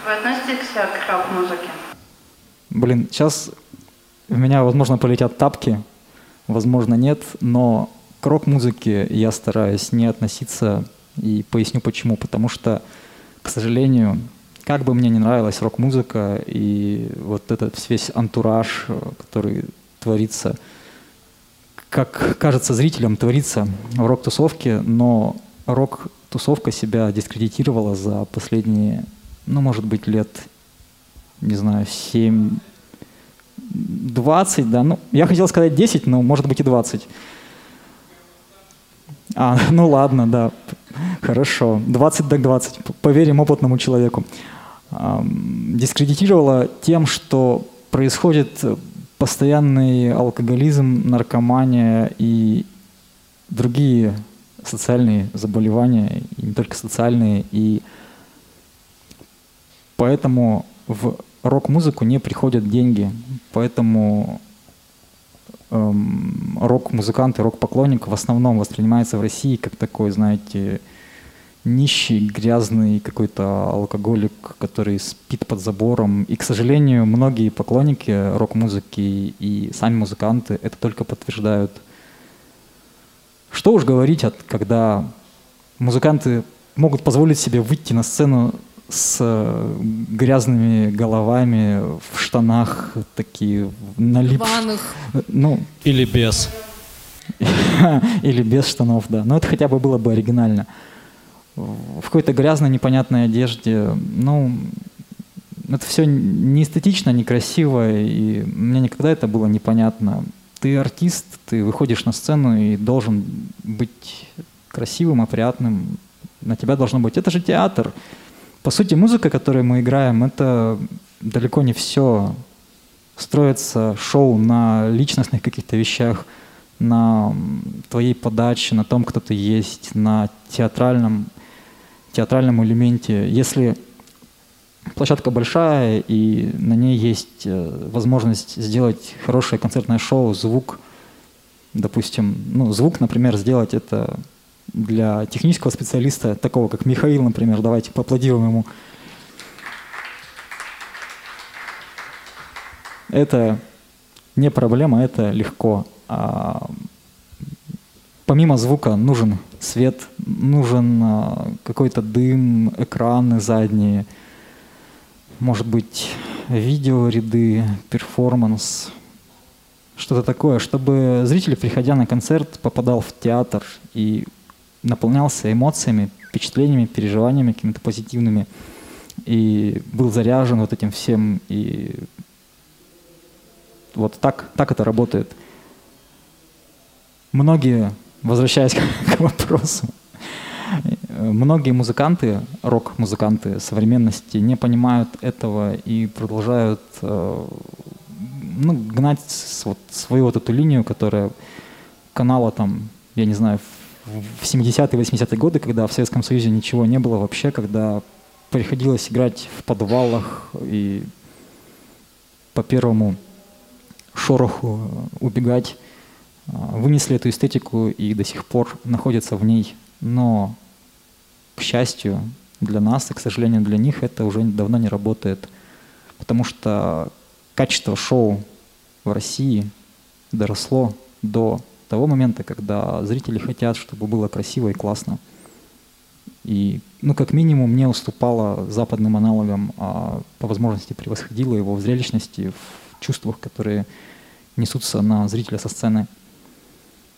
Вы относитесь к рок-музыке? Блин, сейчас в меня, возможно, полетят тапки, возможно, нет, но к рок-музыке я стараюсь не относиться, и поясню почему. Потому что, к сожалению, как бы мне ни нравилась рок-музыка и вот этот весь антураж, который творится, как кажется зрителям, творится в рок-тусовке, но рок-тусовка себя дискредитировала за последние, может быть, лет, не знаю, 7, 20, да, я хотел сказать 10, но может быть и 20. Ладно, да, хорошо, 20 так 20, поверим опытному человеку. Дискредитировала тем, что происходит постоянный алкоголизм, наркомания и другие социальные заболевания, и не только социальные, и поэтому в рок-музыку не приходят деньги, поэтому рок-музыкант и рок-поклонник в основном воспринимается в России как такой, знаете, нищий, грязный какой-то алкоголик, который спит под забором. И, к сожалению, многие поклонники рок-музыки и сами музыканты это только подтверждают. Что уж говорить, когда музыканты могут позволить себе выйти на сцену с грязными головами, в штанах, такие налипших. Или без. Или без штанов, да. Но это хотя бы было бы оригинально. В какой-то грязной, непонятной одежде, это все не эстетично, не красиво, и мне никогда это было непонятно. Ты артист, ты выходишь на сцену и должен быть красивым, опрятным, на тебя должно быть. Это же театр. По сути, музыка, которую мы играем, это далеко не все. Строится шоу на личностных каких-то вещах, на твоей подаче, на том, кто ты есть, на театральном элементе. Если площадка большая и на ней есть возможность сделать хорошее концертное шоу, звук, допустим, звук, например, сделать это для технического специалиста, такого как Михаил, например, давайте поаплодируем ему. Это не проблема, это легко. Помимо звука нужен свет, нужен какой-то дым, экраны задние, может быть, видеоряды, перформанс, что-то такое, чтобы зритель, приходя на концерт, попадал в театр и наполнялся эмоциями, впечатлениями, переживаниями какими-то позитивными и был заряжен вот этим всем. И вот так это работает. Многие, возвращаясь к вопросу, многие музыканты, рок-музыканты современности не понимают этого и продолжают гнать свою вот эту линию, которая канала там, я не знаю, в 70-е, 80-е годы, когда в Советском Союзе ничего не было вообще, когда приходилось играть в подвалах и по первому шороху убегать, вынесли эту эстетику и до сих пор находятся в ней. Но, к счастью для нас и, к сожалению, для них это уже давно не работает, потому что качество шоу в России доросло до того момента, когда зрители хотят, чтобы было красиво и классно. И, как минимум, не уступало западным аналогам, а по возможности превосходило его в зрелищности, в чувствах, которые несутся на зрителя со сцены.